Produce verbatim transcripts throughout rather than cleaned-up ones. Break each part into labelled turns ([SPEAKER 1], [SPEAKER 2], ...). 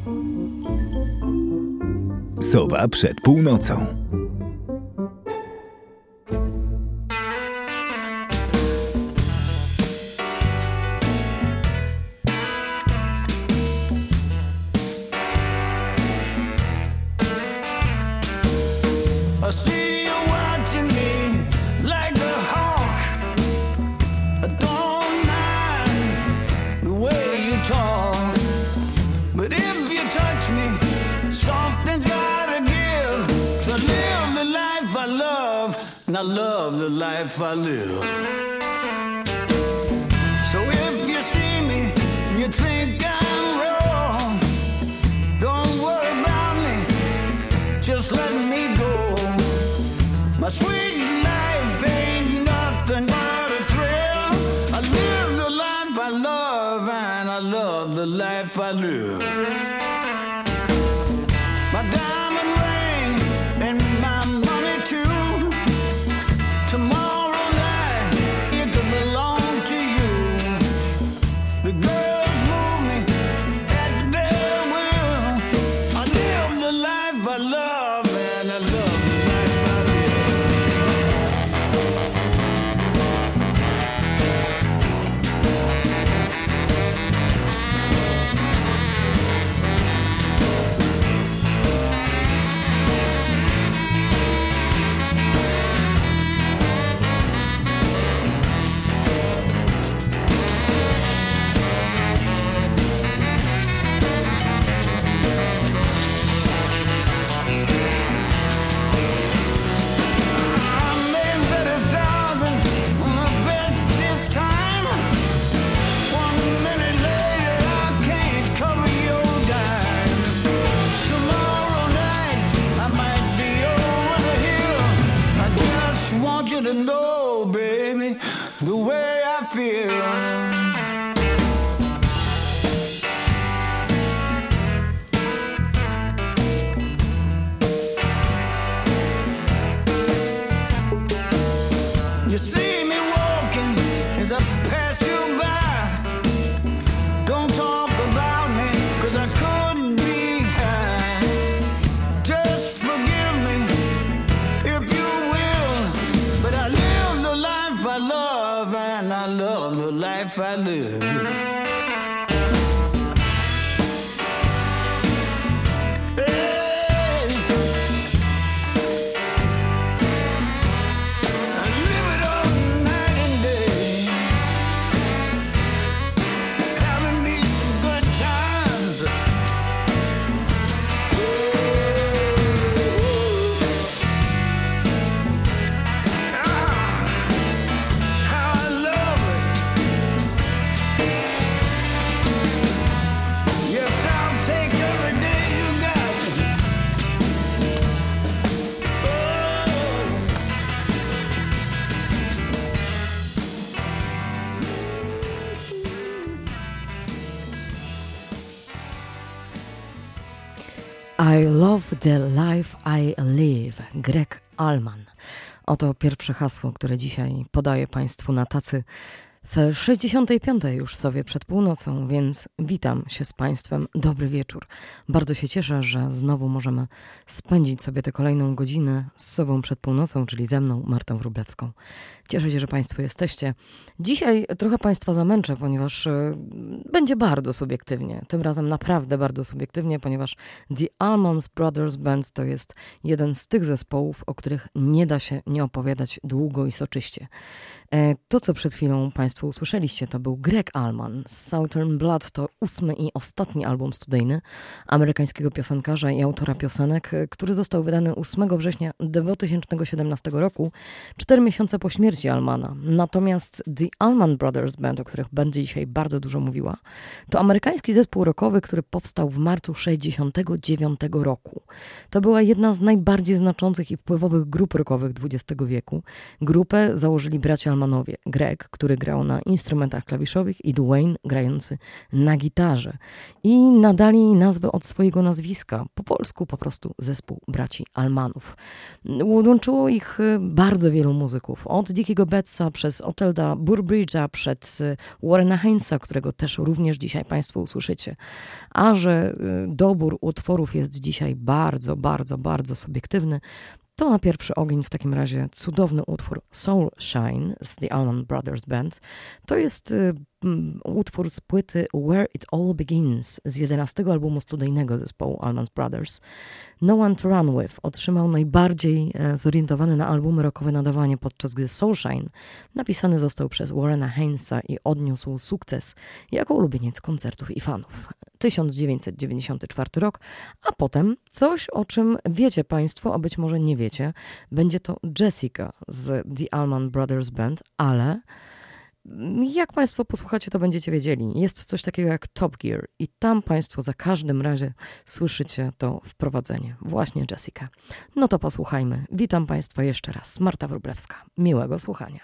[SPEAKER 1] Sowa przed północą.
[SPEAKER 2] I see you watching me like a hawk. I don't mind the way you talk, but if you touch me, something's gotta give. I live the life I love, and I love the life I live. So if you see me, you think I'm wrong, don't worry about me, just let me go. My sweet life ain't nothing but a thrill. I live the life I love, and I love the life I live. My diamond ring and my money too. Tomorrow night it could belong to you. The girls move me at their will. I live the life I love, and I love the life I live. To know, baby, the way I feel. You see me walking as I pass you by. Don't talk about me, cause I couldn't be high. Just forgive me if you will, but I live the life I love, and I love the life I live.
[SPEAKER 3] I love the life I live. Greg Allman. Oto pierwsze hasło, które dzisiaj podaję Państwu na tacy w sześćdziesiątej piątej już Sowie przed północą, więc witam się z Państwem. Dobry wieczór. Bardzo się cieszę, że znowu możemy spędzić sobie tę kolejną godzinę z Sową przed północą, czyli ze mną, Martą Wróblewską. Cieszę się, że Państwo jesteście. Dzisiaj trochę Państwa zamęczę, ponieważ y, będzie bardzo subiektywnie. Tym razem naprawdę bardzo subiektywnie, ponieważ The Allman Brothers Band to jest jeden z tych zespołów, o których nie da się nie opowiadać długo i soczyście. E, to, co przed chwilą Państwo usłyszeliście, to był Greg Allman. Southern Blood to ósmy i ostatni album studyjny amerykańskiego piosenkarza i autora piosenek, który został wydany ósmego września dwa tysiące siedemnastego roku, cztery miesiące po śmierci Allmana. Natomiast The Allman Brothers Band, o których będę dzisiaj bardzo dużo mówiła, to amerykański zespół rockowy, który powstał w marcu sześćdziesiątego dziewiątego roku. To była jedna z najbardziej znaczących i wpływowych grup rockowych dwudziestego wieku. Grupę założyli bracia Allmanowie. Greg, który grał na instrumentach klawiszowych i Dwayne grający na gitarze. I nadali nazwę od swojego nazwiska. Po polsku po prostu zespół braci Allmanów. Łączyło ich bardzo wielu muzyków. Od Dickiego Betsa przez Otelda Burbridge'a, przed Warrena Heinza, którego też również dzisiaj Państwo usłyszycie. A że dobór utworów jest dzisiaj bardzo, bardzo, bardzo subiektywny, to na pierwszy ogień w takim razie cudowny utwór Soul Shine z The Allman Brothers Band. To jest y, m, utwór z płyty Where It All Begins z jedenastego albumu studyjnego zespołu Allman Brothers. No One to Run With otrzymał najbardziej e, zorientowany na albumy rockowe nadawanie, podczas gdy Soul Shine napisany został przez Warrena Heinza i odniósł sukces jako ulubieniec koncertów i fanów. tysiąc dziewięćset dziewięćdziesiąty czwarty rok, a potem coś, o czym wiecie Państwo, a być może nie wiecie, będzie to Jessica z The Allman Brothers Band, ale jak Państwo posłuchacie, to będziecie wiedzieli. Jest coś takiego jak Top Gear i tam Państwo za każdym razie słyszycie to wprowadzenie. Właśnie Jessica. No to posłuchajmy. Witam Państwa jeszcze raz. Marta Wróblewska. Miłego słuchania.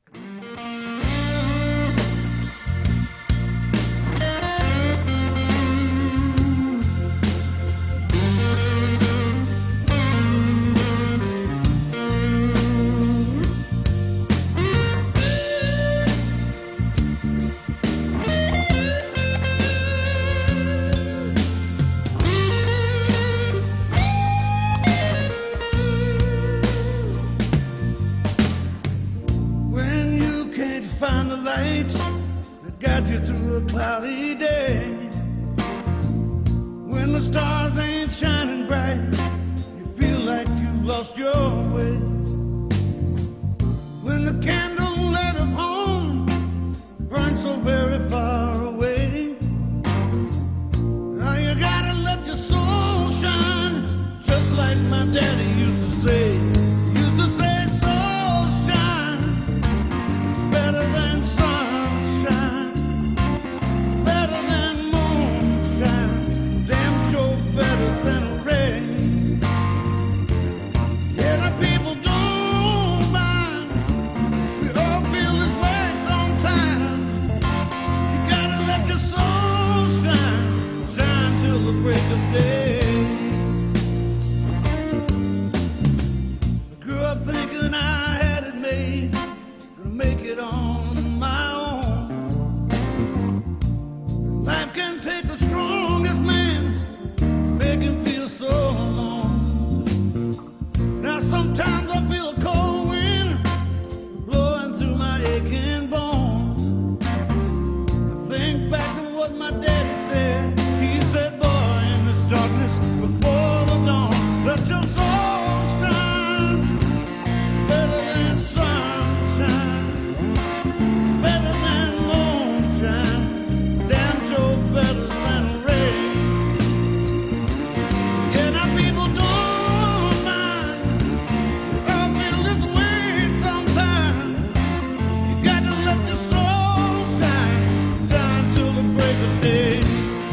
[SPEAKER 2] Find the light that guides you through a cloudy day. When the stars ain't shining bright, you feel like you've lost your way. When the candle light of home burns so very far away, now you gotta let your soul shine, just like my daddy used to say. Used to say break of day.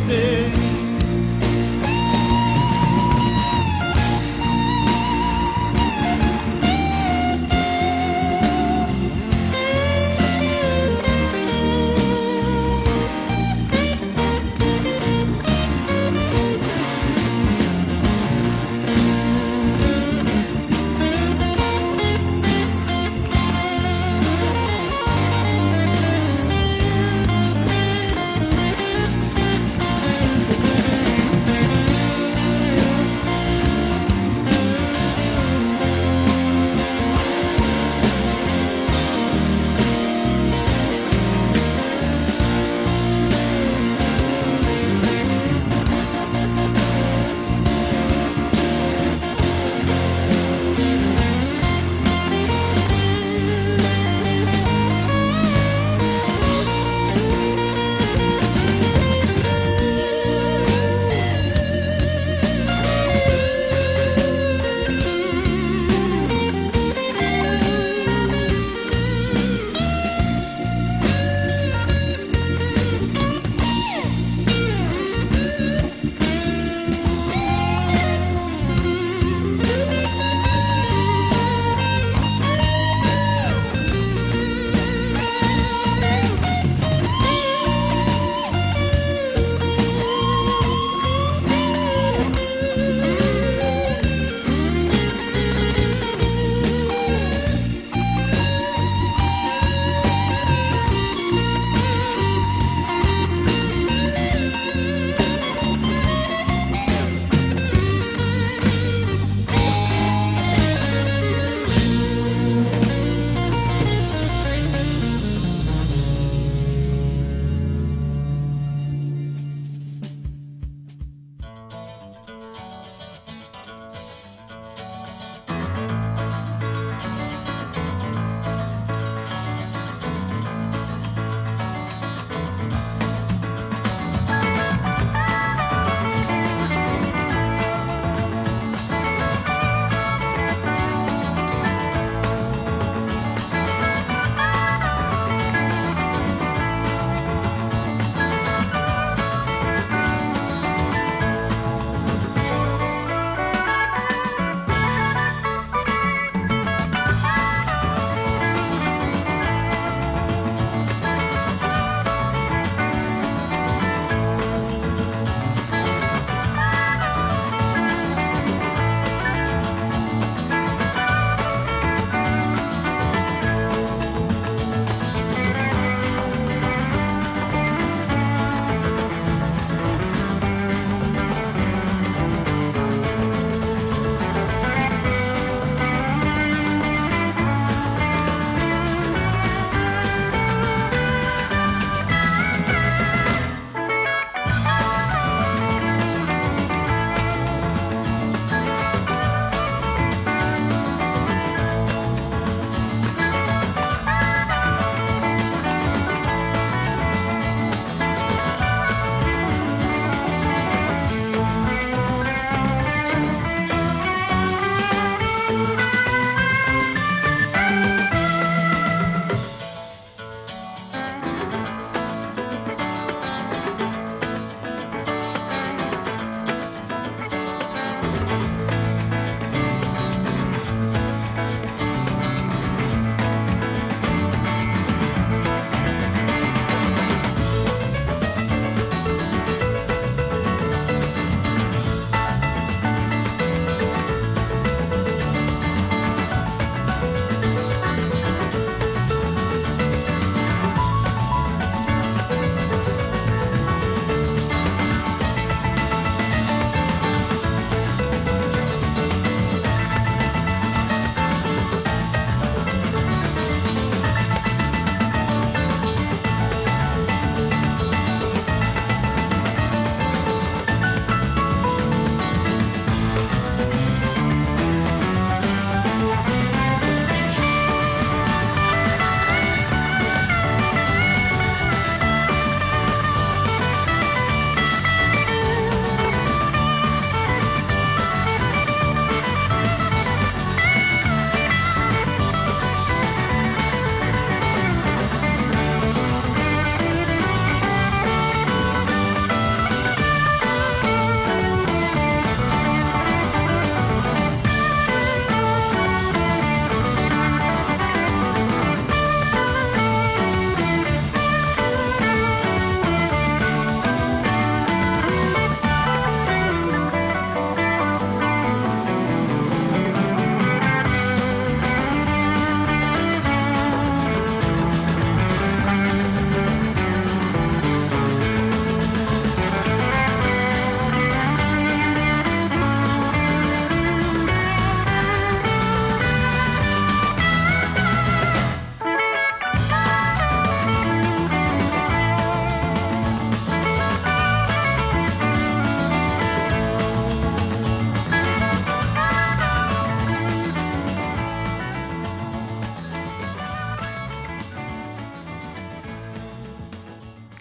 [SPEAKER 2] stay.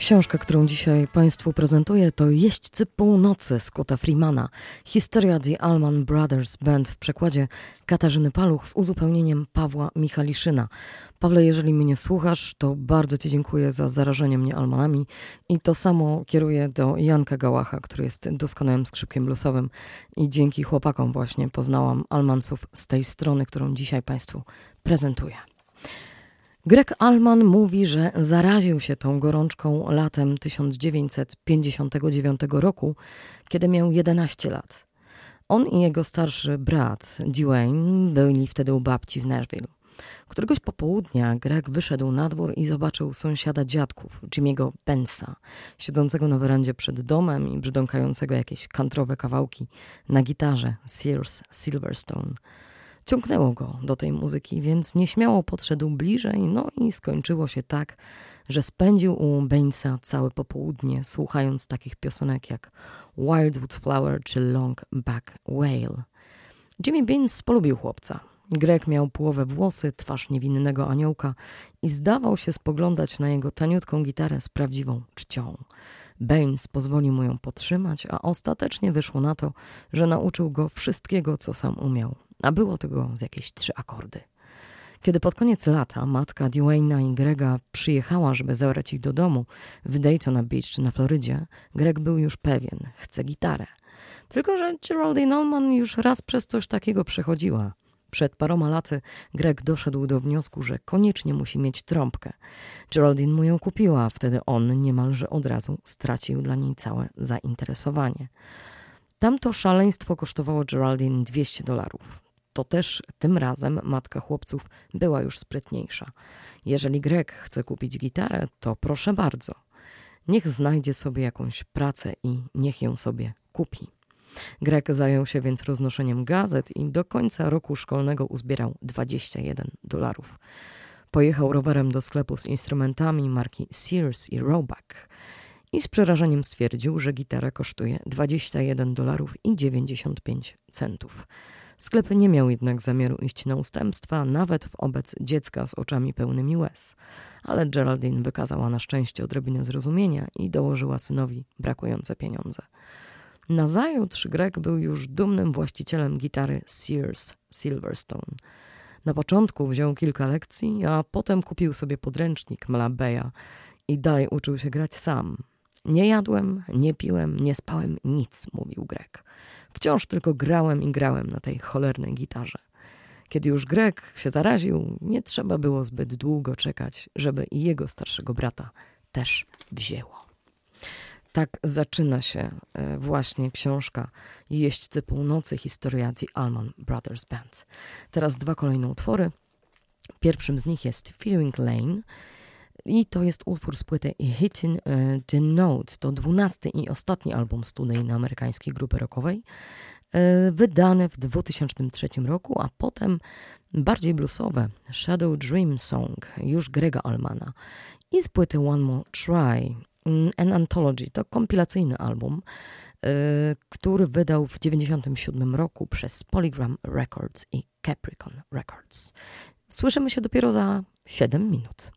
[SPEAKER 3] Książka, którą dzisiaj Państwu prezentuję, to Jeźdźcy Północy Scotta Freemana. Historia The Allman Brothers Band w przekładzie Katarzyny Paluch z uzupełnieniem Pawła Michaliszyna. Pawle, jeżeli mnie nie słuchasz, to bardzo Ci dziękuję za zarażenie mnie Allmanami i to samo kieruję do Janka Gałacha, który jest doskonałym skrzypkiem bluesowym i dzięki chłopakom właśnie poznałam Allmansów z tej strony, którą dzisiaj Państwu prezentuję. Greg Allman mówi, że zaraził się tą gorączką latem tysiąc dziewięćset pięćdziesiątego dziewiątego roku, kiedy miał jedenaście lat. On i jego starszy brat Dwayne byli wtedy u babci w Nashville. Któregoś popołudnia Greg wyszedł na dwór i zobaczył sąsiada dziadków, Jimmy'ego Bensa, siedzącego na werandzie przed domem i brzdąkającego jakieś kantrowe kawałki na gitarze Sears Silverstone. Ciągnęło go do tej muzyki, więc nieśmiało podszedł bliżej, no i skończyło się tak, że spędził u Bensa całe popołudnie, słuchając takich piosenek jak Wildwood Flower czy Long Back Wail. Jimmy Benz polubił chłopca. Greg miał połowę włosy, twarz niewinnego aniołka i zdawał się spoglądać na jego taniutką gitarę z prawdziwą czcią. Baines pozwolił mu ją podtrzymać, a ostatecznie wyszło na to, że nauczył go wszystkiego, co sam umiał, a było tego z jakieś trzy akordy. Kiedy pod koniec lata matka Dwayna i Grega przyjechała, żeby zabrać ich do domu w Daytona Beach na Florydzie, Greg był już pewien, chce gitarę. Tylko że Geraldine Allman już raz przez coś takiego przechodziła. Przed paroma laty Greg doszedł do wniosku, że koniecznie musi mieć trąbkę. Geraldine mu ją kupiła, a wtedy on niemalże od razu stracił dla niej całe zainteresowanie. Tamto szaleństwo kosztowało Geraldine dwieście dolarów. To też tym razem matka chłopców była już sprytniejsza. Jeżeli Greg chce kupić gitarę, to proszę bardzo. Niech znajdzie sobie jakąś pracę i niech ją sobie kupi. Greg zajął się więc roznoszeniem gazet i do końca roku szkolnego uzbierał dwadzieścia jeden dolarów. Pojechał rowerem do sklepu z instrumentami marki Sears i Roebuck i z przerażeniem stwierdził, że gitara kosztuje dwadzieścia jeden dolarów i dziewięćdziesiąt pięć centów. Sklep nie miał jednak zamiaru iść na ustępstwa, nawet wobec dziecka z oczami pełnymi łez. Ale Geraldine wykazała na szczęście odrobinę zrozumienia i dołożyła synowi brakujące pieniądze. Nazajutrz Greg był już dumnym właścicielem gitary Sears Silverstone. Na początku wziął kilka lekcji, a potem kupił sobie podręcznik Malabeya i dalej uczył się grać sam. Nie jadłem, nie piłem, nie spałem, nic, mówił Greg. Wciąż tylko grałem i grałem na tej cholernej gitarze. Kiedy już Greg się zaraził, nie trzeba było zbyt długo czekać, żeby i jego starszego brata też wzięło. Tak zaczyna się właśnie książka Jeźdźcy Północy, historia The Allman Brothers Band. Teraz dwa kolejne utwory. Pierwszym z nich jest Fearing Lane i to jest utwór z płyty Hitting the Note. To dwunasty i ostatni album studyjny amerykańskiej grupy rockowej, wydany w dwa tysiące trzecim roku, a potem bardziej bluesowe Shadow Dream Song już Grega Allmana i z płyty One More Try. An Anthology to kompilacyjny album, yy, który wydał w dziewięćdziesiątym siódmym roku przez Polygram Records i Capricorn Records. Słyszymy się dopiero za siedem minut.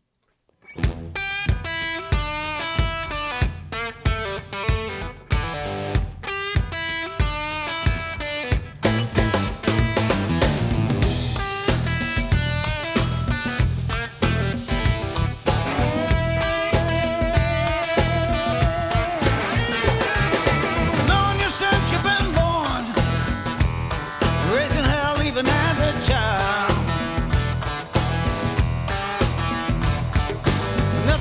[SPEAKER 2] Nothing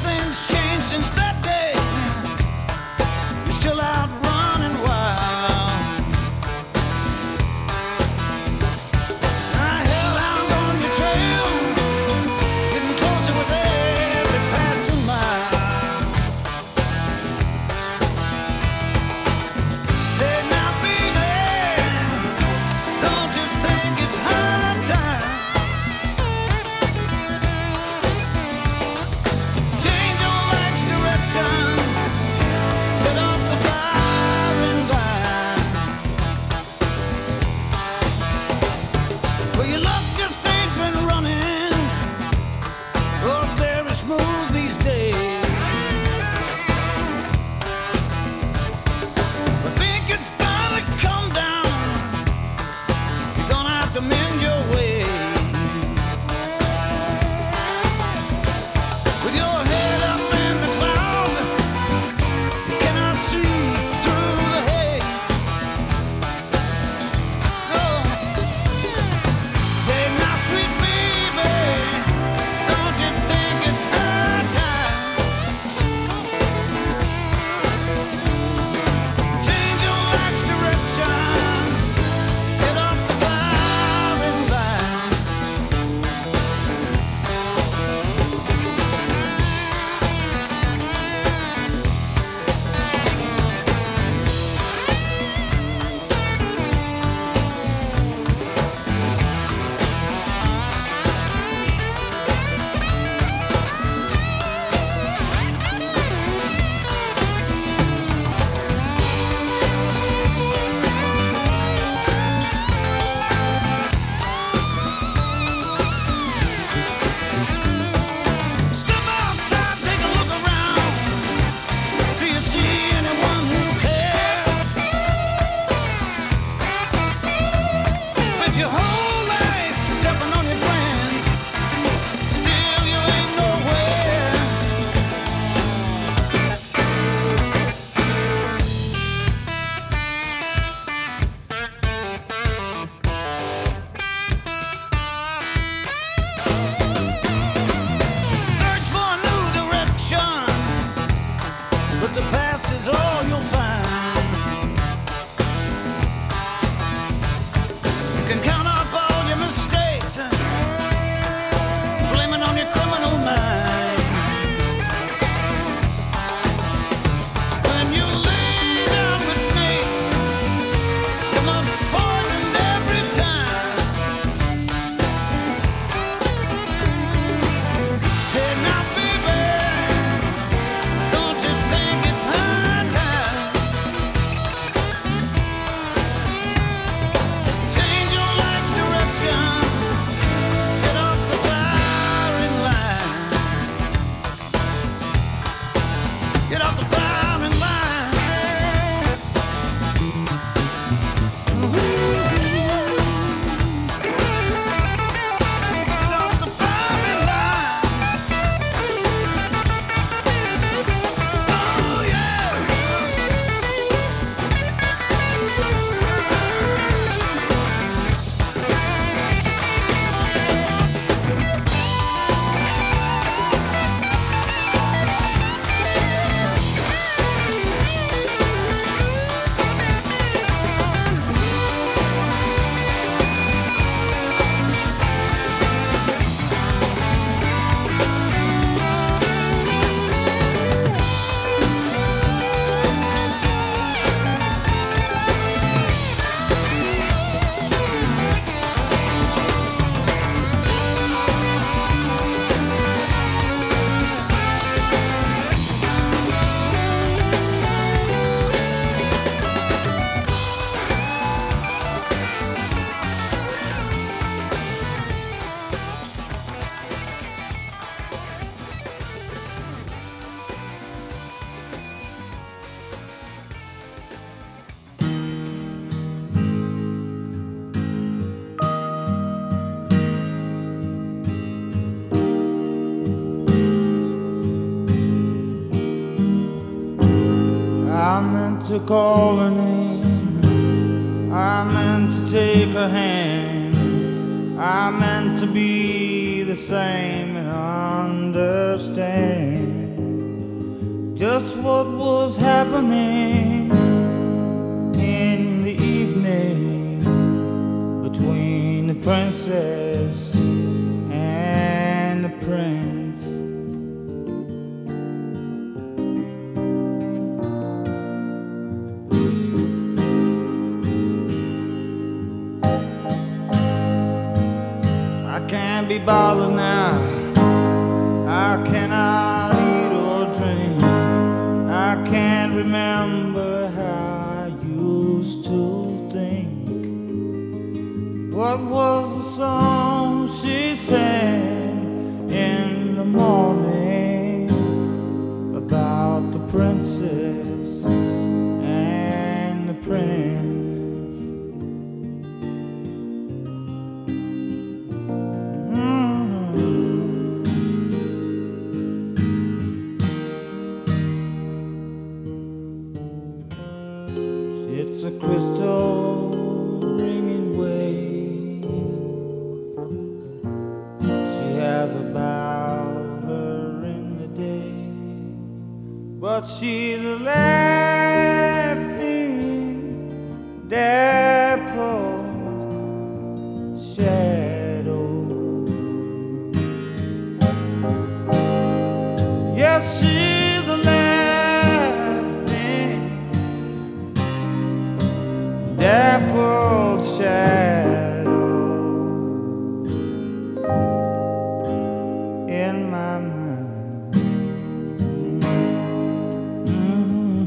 [SPEAKER 2] but the past is all you'll find. You can count up all your mistakes, blame it on your criminal mind. When you lay down with snakes, come up poisoned every time. Hey, now baby, don't you think it's high time? Change your life's direction, get off the firing line. Get off the firing line. Get off the firing line. Oh yeah.
[SPEAKER 4] I meant to call her name, I meant to take her hand, I meant to be the same and understand just what was happening in the evening between the princess and the prince. I can't be bothered now, I cannot eat or drink, I can't remember how I used to think. What was the song she sang in the morning about the princess and the prince? It's a crystal ringing wave she has about her in the day, but she's a laughing, dappled shadow. Yes, she's a laughing, dappled shadow in my mind. Mm-hmm.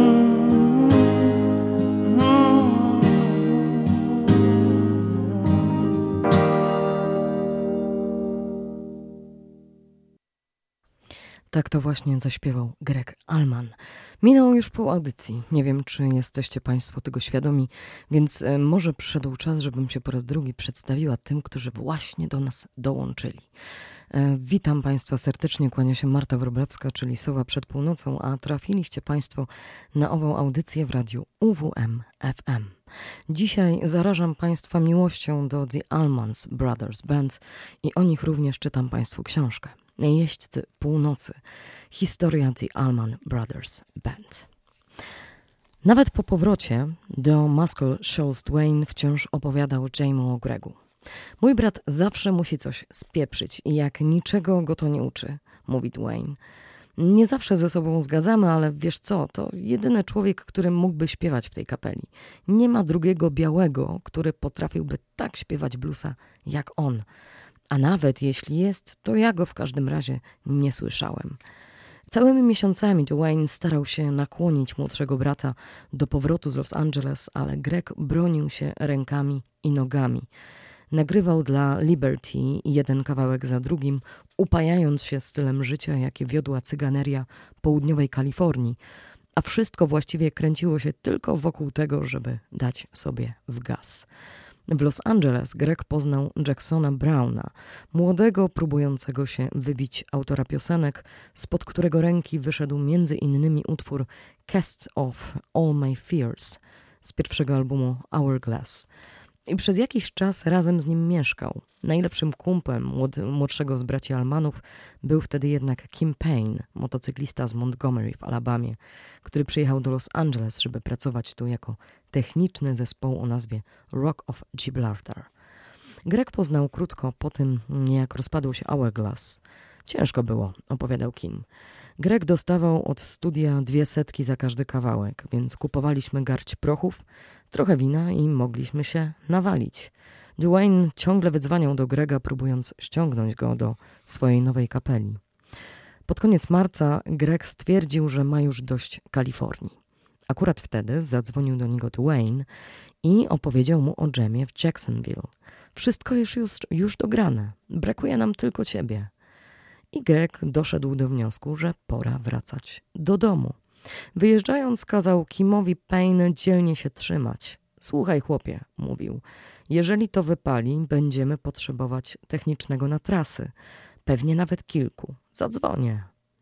[SPEAKER 3] Tak to właśnie zaśpiewał Greg Allman. Minął już pół audycji. Nie wiem, czy jesteście Państwo tego świadomi, więc może przyszedł czas, żebym się po raz drugi przedstawiła tym, którzy właśnie do nas dołączyli. Witam Państwa serdecznie, kłania się Marta Wróblewska, czyli Sowa przed północą, a trafiliście Państwo na ową audycję w radiu U W M F M. Dzisiaj zarażam Państwa miłością do The Allman Brothers Band i o nich również czytam Państwu książkę. Jeźdźcy północy. Historia The Allman Brothers Band. Nawet po powrocie do Muscle Shoals Dwayne wciąż opowiadał Jamie o Gregu. Mój brat zawsze musi coś spieprzyć i jak niczego go to nie uczy, mówi Dwayne. Nie zawsze ze sobą zgadzamy, ale wiesz co, to jedyny człowiek, który mógłby śpiewać w tej kapeli. Nie ma drugiego białego, który potrafiłby tak śpiewać bluesa jak on. A nawet jeśli jest, to ja go w każdym razie nie słyszałem. Całymi miesiącami Dwayne starał się nakłonić młodszego brata do powrotu z Los Angeles, ale Greg bronił się rękami i nogami. Nagrywał dla Liberty jeden kawałek za drugim, upajając się stylem życia, jakie wiodła cyganeria południowej Kalifornii, a wszystko właściwie kręciło się tylko wokół tego, żeby dać sobie w gaz. W Los Angeles Greg poznał Jacksona Browna, młodego, próbującego się wybić autora piosenek, spod którego ręki wyszedł między innymi utwór Cast Off All My Fears z pierwszego albumu Hourglass. I przez jakiś czas razem z nim mieszkał. Najlepszym kumplem młod- młodszego z braci Allmanów był wtedy jednak Kim Payne, motocyklista z Montgomery w Alabamie, który przyjechał do Los Angeles, żeby pracować tu jako techniczny zespołu o nazwie Rock of Gibraltar. Greg poznał krótko po tym, jak rozpadł się Hourglass. Ciężko było, opowiadał Kim. Greg dostawał od studia dwie setki za każdy kawałek, więc kupowaliśmy garść prochów, trochę wina i mogliśmy się nawalić. Dwayne ciągle wydzwaniał do Grega, próbując ściągnąć go do swojej nowej kapeli. Pod koniec marca Greg stwierdził, że ma już dość Kalifornii. Akurat wtedy zadzwonił do niego Dwayne i opowiedział mu o dżemie w Jacksonville. Wszystko jest już, już dograne, brakuje nam tylko ciebie. I Greg doszedł do wniosku, że pora wracać do domu. Wyjeżdżając, kazał Kimowi Payne dzielnie się trzymać. Słuchaj, chłopie, mówił, jeżeli to wypali, będziemy potrzebować technicznego na trasy. Pewnie nawet kilku. Zadzwonię.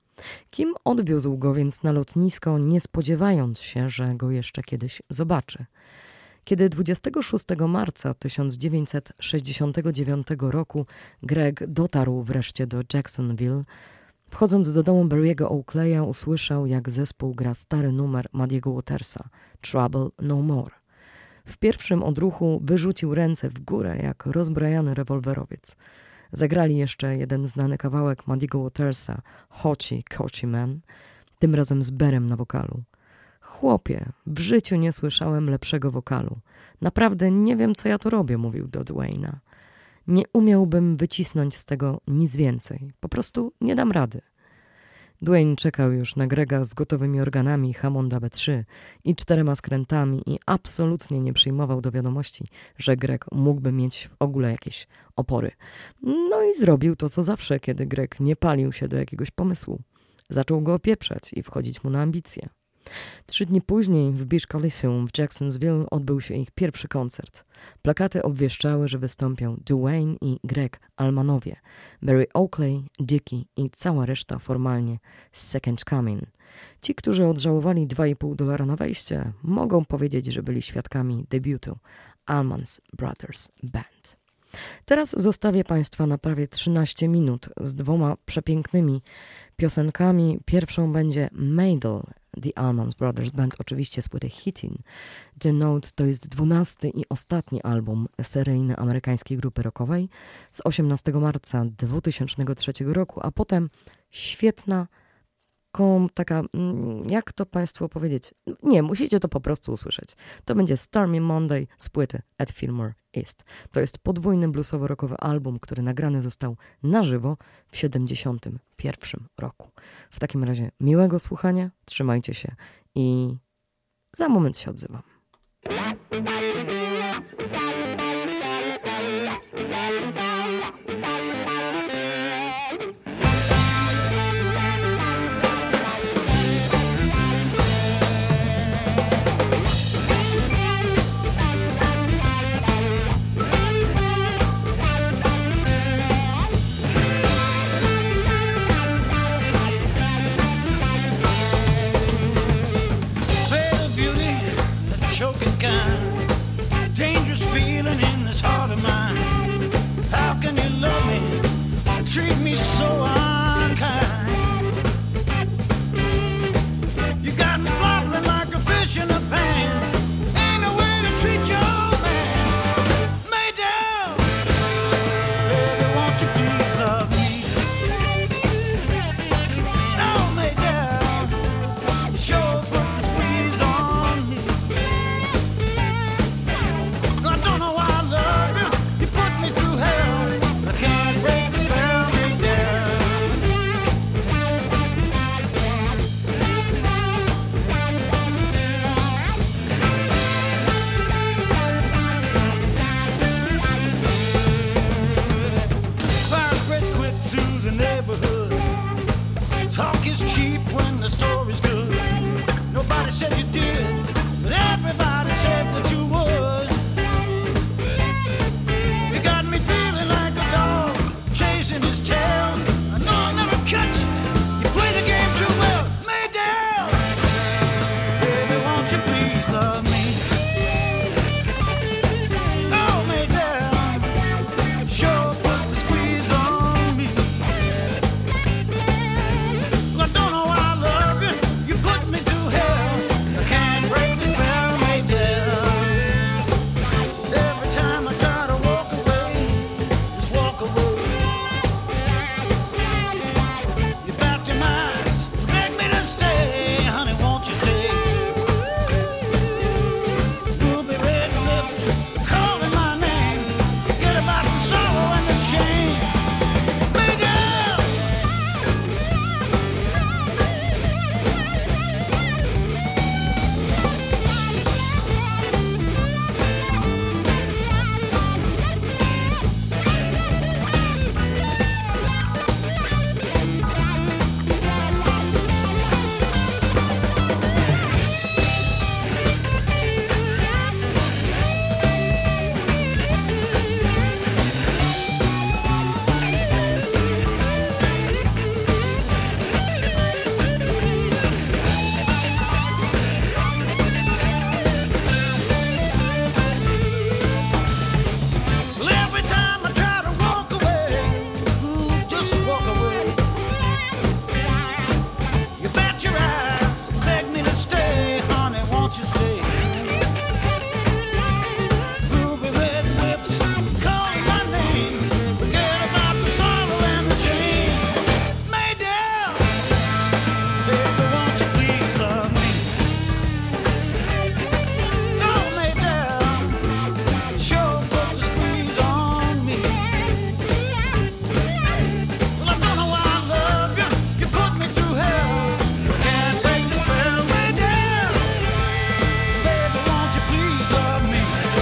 [SPEAKER 3] Kim odwiózł go więc na lotnisko, nie spodziewając się, że go jeszcze kiedyś zobaczy. Kiedy dwudziestego szóstego marca tysiąc dziewięćset sześćdziesiątego dziewiątego roku Greg dotarł wreszcie do Jacksonville, wchodząc do domu Barry'ego Oakleya, usłyszał, jak zespół gra stary numer Muddy'ego Watersa, Trouble No More. W pierwszym odruchu wyrzucił ręce w górę, jak rozbrojony rewolwerowiec. Zagrali jeszcze jeden znany kawałek Muddy'ego Watersa, Hotchie Cotchie Man, tym razem z Berem na wokalu. Chłopie, w życiu nie słyszałem lepszego wokalu. Naprawdę nie wiem, co ja tu robię, mówił do Dwayne'a. Nie umiałbym wycisnąć z tego nic więcej. Po prostu nie dam rady. Dwayne czekał już na Grega z gotowymi organami Hammonda B trzy i czterema skrętami i absolutnie nie przyjmował do wiadomości, że Greg mógłby mieć w ogóle jakieś opory. No i zrobił to, co zawsze, kiedy Greg nie palił się do jakiegoś pomysłu. Zaczął go opieprzać i wchodzić mu na ambicje. Trzy dni później w Beach Coliseum w Jacksonville odbył się ich pierwszy koncert. Plakaty obwieszczały, że wystąpią Dwayne i Greg Allmanowie, Barry Oakley, Dickie i cała reszta formalnie Second Coming. Ci, którzy odżałowali dwa i pół dolara na wejście, mogą powiedzieć, że byli świadkami debiutu Allman's Brothers Band. Teraz zostawię Państwa na prawie trzynaście minut z dwoma przepięknymi piosenkami. Pierwszą będzie Maidel, The Allman Brothers Band, oczywiście z płyty Hittin'. The Note to jest dwunasty i ostatni album seryjny amerykańskiej grupy rockowej z osiemnastego marca dwutysięcznego trzeciego roku, a potem świetna kom, taka, jak to Państwu powiedzieć? Nie, musicie to po prostu usłyszeć. To będzie Stormy Monday z płyty At Fillmore East. To jest podwójny bluesowo-rockowy album, który nagrany został na żywo w siedemdziesiątym pierwszym roku. W takim razie miłego słuchania, trzymajcie się i za moment się odzywam.
[SPEAKER 2] Choking kind, dangerous feeling in this heart of mine. How can you love me, treat me so unkind? got me flopping like a fish in a pan. Ain't no way to treat your man. Mayday, baby, won't you please love me? Oh, Mayday, you sure put the squeeze on me. I don't know why I love you. You put me through hell, but I can't break the spell, Mayday. Fire spreads quick through the neighborhood. Talk is cheap when the story's good. Nobody said you did, but everybody said that you would. You got me feeling like a dog chasing his tail. I know I'll never catch you. You play the game too well, Mayday. Baby, won't you please love me? Oh, Mayday, sure put the squeeze on me. I don't know why I love you. You put me through hell. I can't break the spell, Mayday. Every time I try to walk away, just walk away. You backed your eyes, beg me to stay, honey, won't you stay? Ruby red lips calling my name. Forget about the sorrow and the shame, Mayday. Well, every time I try to walk away, ooh, just walk away. You bet your eyes, beg me to stay, honey, won't you stay? Ruby red lips call my name. Forget about the sorrow and the shame, Mayday. Baby, won't you please love me? Oh, Mayday, sure put the squeeze on me. Well, I don't know why I love you. You put me through hell. Can't break the spell, Mayday. Baby, won't you please love me?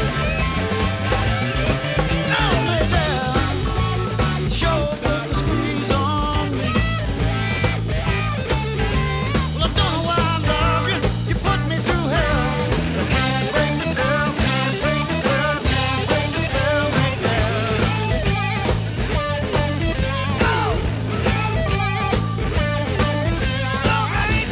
[SPEAKER 2] Oh, Mayday, sure put the squeeze on me. Well, I don't know why I love you. You put me through hell. Can't break the spell, can't break the spell, can't break the spell, Mayday. Oh, all right.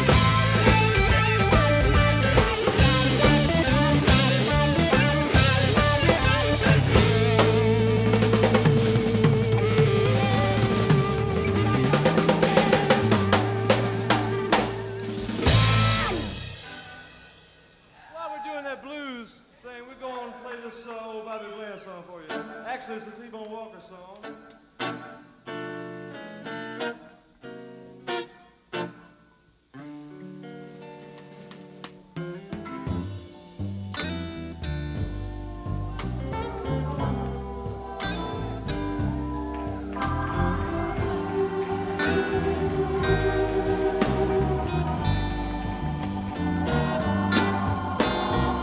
[SPEAKER 5] While we're doing that blues thing, we're going to play this uh, old Bobby Blair song for you. Actually, it's a T-Bone Walker song.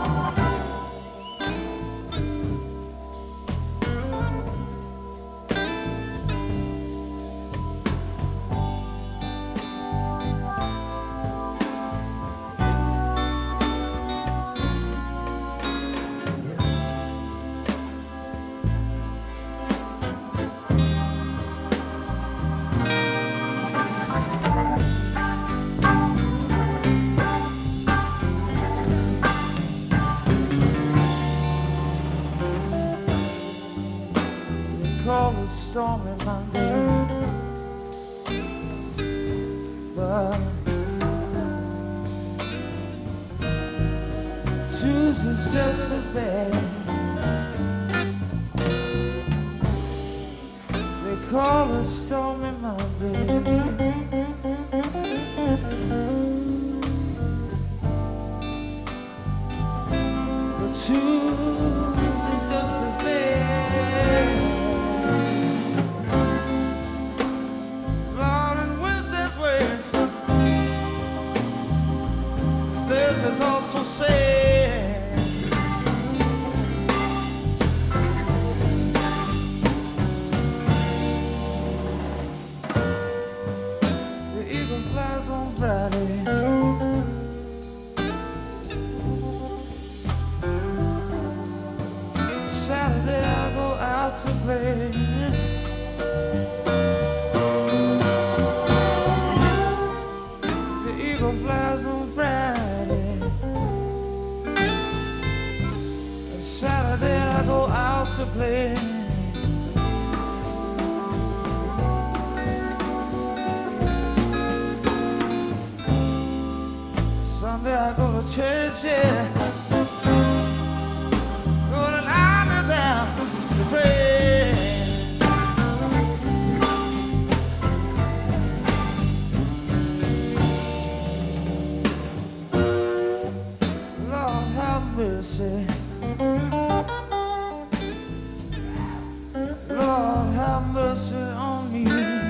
[SPEAKER 2] Oh,
[SPEAKER 4] truth is just as bad. They call it Stormy Monday. The truth is just as bad. Lord, and Wednesday's ways, Thursday's also sad. The eagle flies on Friday. Saturday I go out to play. The eagle flies on Friday. And Saturday I go out to play. Sunday I go to church, yeah. Gonna lie me down to pray. Lord have mercy. Lord have mercy on me.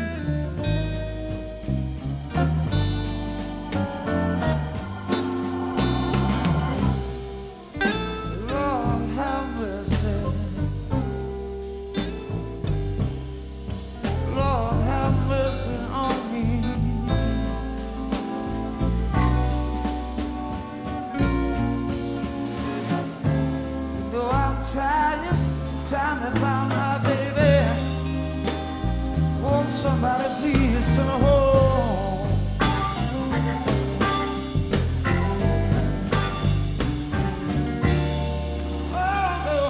[SPEAKER 4] Lord have mercy. Lord have mercy on me. You know I'm trying, trying to find my baby. Won't somebody please send her home? Oh, no.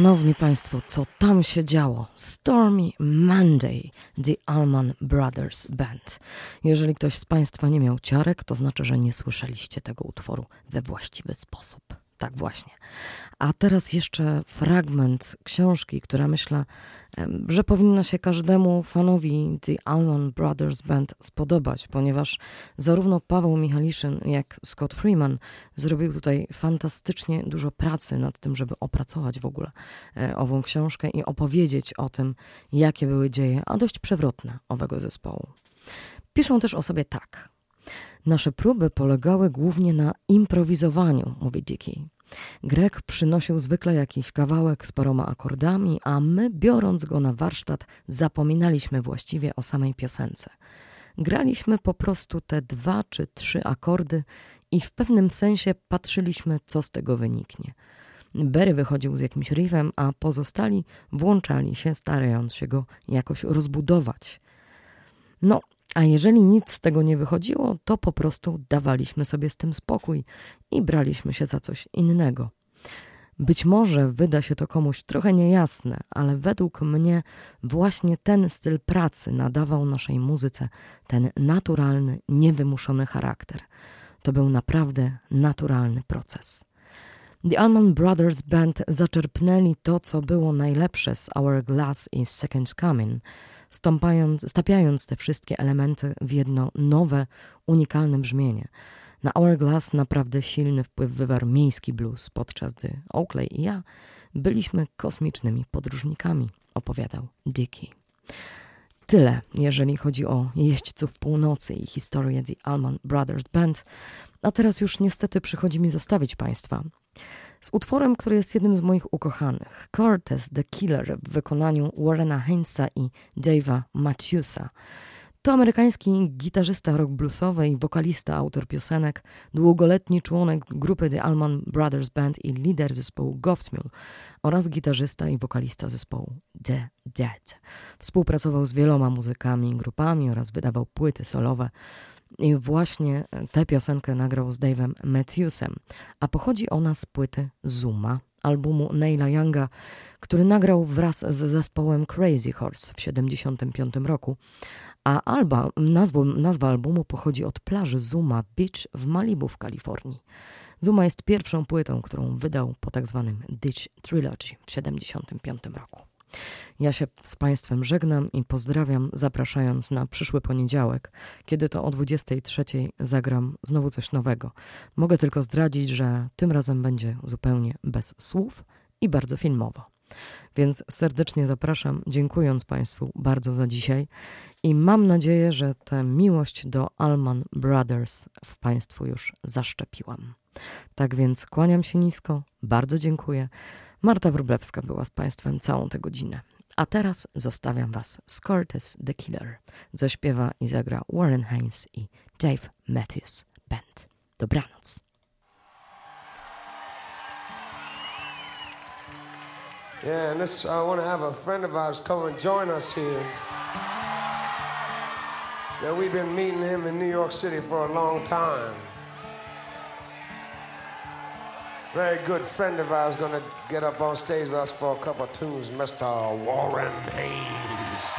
[SPEAKER 3] Szanowni Państwo, co tam się działo? Stormy Monday, The Allman Brothers Band. Jeżeli ktoś z Państwa nie miał ciarek, to znaczy, że nie słyszeliście tego utworu we właściwy sposób. Tak właśnie. A teraz jeszcze fragment książki, która myślę, że powinna się każdemu fanowi The Allman Brothers Band spodobać, ponieważ zarówno Paweł Michaliszyn, jak Scott Freeman zrobił tutaj fantastycznie dużo pracy nad tym, żeby opracować w ogóle ową książkę i opowiedzieć o tym, jakie były dzieje, a dość przewrotne owego zespołu. Piszą też o sobie tak. Nasze próby polegały głównie na improwizowaniu, mówi Dickie. Greg przynosił zwykle jakiś kawałek z paroma akordami, a my, biorąc go na warsztat, zapominaliśmy właściwie o samej piosence. Graliśmy po prostu te dwa czy trzy akordy i w pewnym sensie patrzyliśmy, co z tego wyniknie. Barry wychodził z jakimś riffem, a pozostali włączali się, starając się go jakoś rozbudować. No, a jeżeli nic z tego nie wychodziło, to po prostu dawaliśmy sobie z tym spokój i braliśmy się za coś innego. Być może wyda się to komuś trochę niejasne, ale według mnie właśnie ten styl pracy nadawał naszej muzyce ten naturalny, niewymuszony charakter. To był naprawdę naturalny proces. The Allman Brothers Band zaczerpnęli to, co było najlepsze z Hourglass i Second Coming, Stąpając, stapiając te wszystkie elementy w jedno nowe, unikalne brzmienie. Na Hourglass naprawdę silny wpływ wywarł miejski blues, podczas gdy Oakley i ja byliśmy kosmicznymi podróżnikami, opowiadał Dickie. Tyle, jeżeli chodzi o jeźdźców północy i historię The Allman Brothers Band, a teraz już niestety przychodzi mi zostawić Państwa z utworem, który jest jednym z moich ukochanych, Curtis the Killer w wykonaniu Warrena Hainesa i Dave'a Matthewsa. To amerykański gitarzysta rock bluesowy i wokalista, autor piosenek, długoletni członek grupy The Allman Brothers Band i lider zespołu Goftmule oraz gitarzysta i wokalista zespołu The Dead. Współpracował z wieloma muzykami i grupami oraz wydawał płyty solowe. I właśnie tę piosenkę nagrał z Dave'em Matthewsem, a pochodzi ona z płyty Zuma, albumu Neila Younga, który nagrał wraz z zespołem Crazy Horse w siedemdziesiątym piątym roku, a alba, nazwa, nazwa albumu pochodzi od plaży Zuma Beach w Malibu w Kalifornii. Zuma jest pierwszą płytą, którą wydał po tak zwanym Ditch Trilogy w siedemdziesiątym piątym roku. Ja się z Państwem żegnam i pozdrawiam, zapraszając na przyszły poniedziałek, kiedy to o dwudziestej trzeciej zagram znowu coś nowego. Mogę tylko zdradzić, że tym razem będzie zupełnie bez słów i bardzo filmowo. Więc serdecznie zapraszam, dziękując Państwu bardzo za dzisiaj i mam nadzieję, że tę miłość do Allman Brothers w Państwu już zaszczepiłam. Tak więc kłaniam się nisko, bardzo dziękuję. Marta Wróblewska była z Państwem całą tę godzinę. A teraz zostawiam Was z Curtis the Killer. Zaśpiewa i zagra Warren Haynes i Dave Matthews Band. Dobranoc.
[SPEAKER 6] Yeah, and this, I want to have a friend of ours come and join us here. Yeah, we've been meeting him in New York City for a long time. Very good friend of ours going to get up on stage with us for a couple of tunes, Mister Warren Haynes.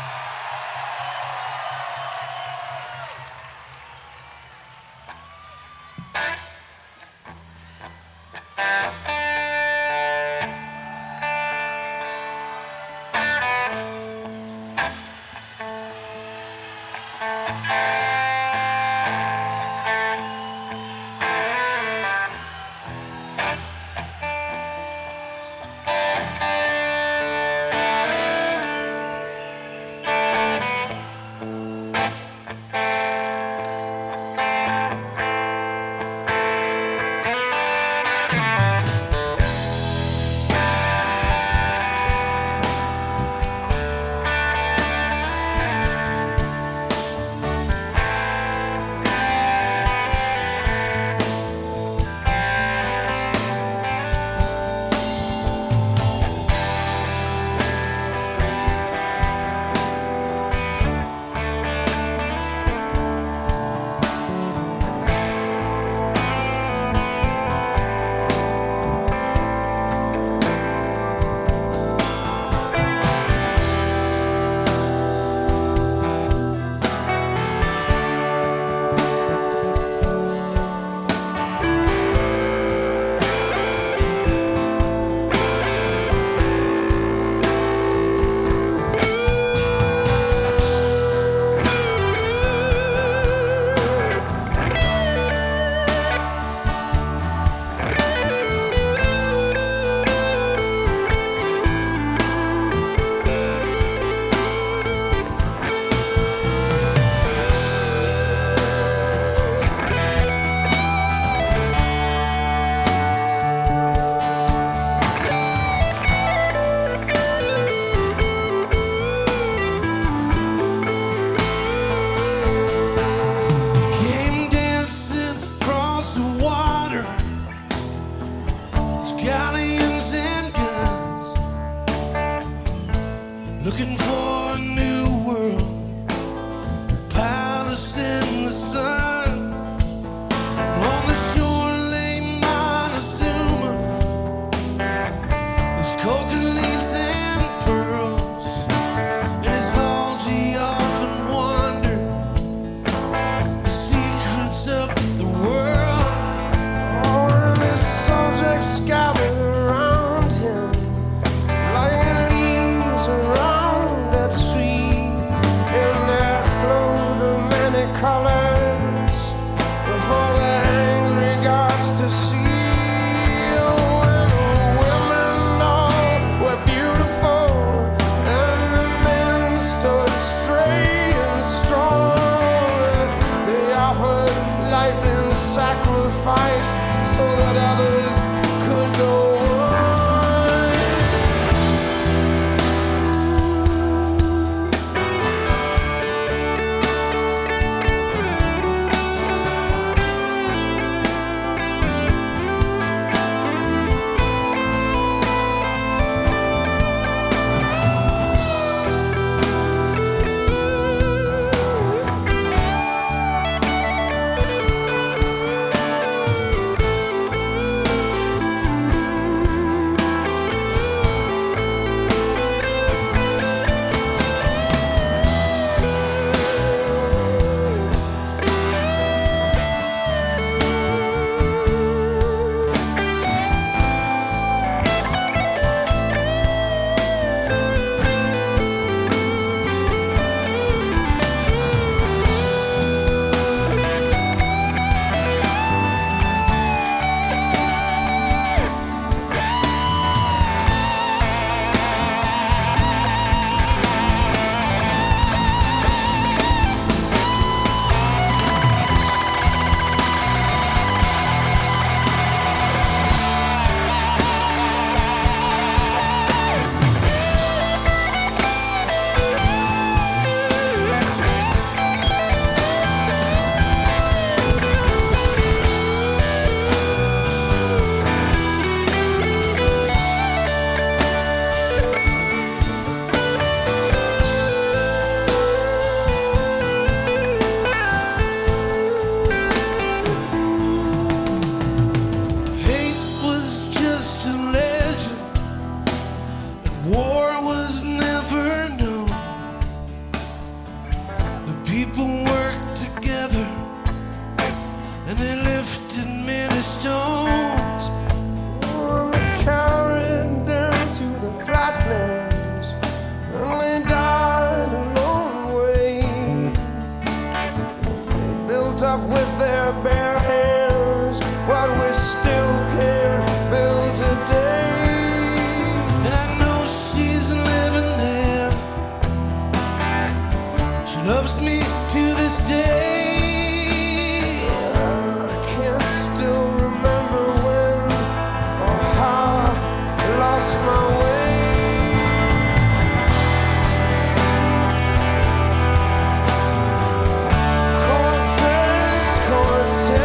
[SPEAKER 2] looking for a new world, palace in the sun. On the shore lay Montezuma, his coconut leaves and pearls. In his halls he often wandered the secrets of the world.
[SPEAKER 6] All of his subjects gathered around him, lying leaves around that tree, in their clothes of many colors, for the angry gods to see. Oh, and the women all were beautiful, and the men stood straight and strong. They offered life in sacrifice so that others could go on.
[SPEAKER 2] Hate was just a legend, and war was never known. The people worked together, and they lifted many stones.
[SPEAKER 6] And they carried down to the flatlands, and they died a long way. They built up with their bare hands what we still can build today.
[SPEAKER 2] And I know she's living there. She loves me to this day.
[SPEAKER 6] I can't still remember when or how I lost my way. Cortez, Cortez,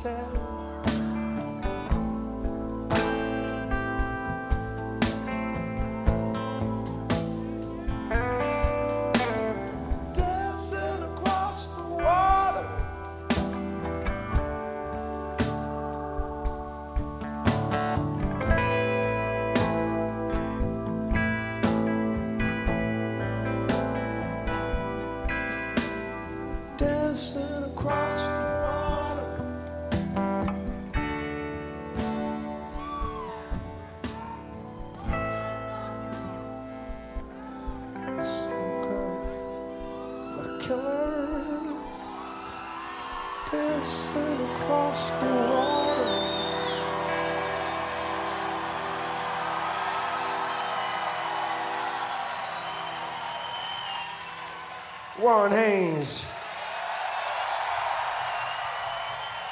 [SPEAKER 6] tell. Dancing across the water. Dancing across the water. Some girl, but a killer. Dancing across the water. Warren Haynes.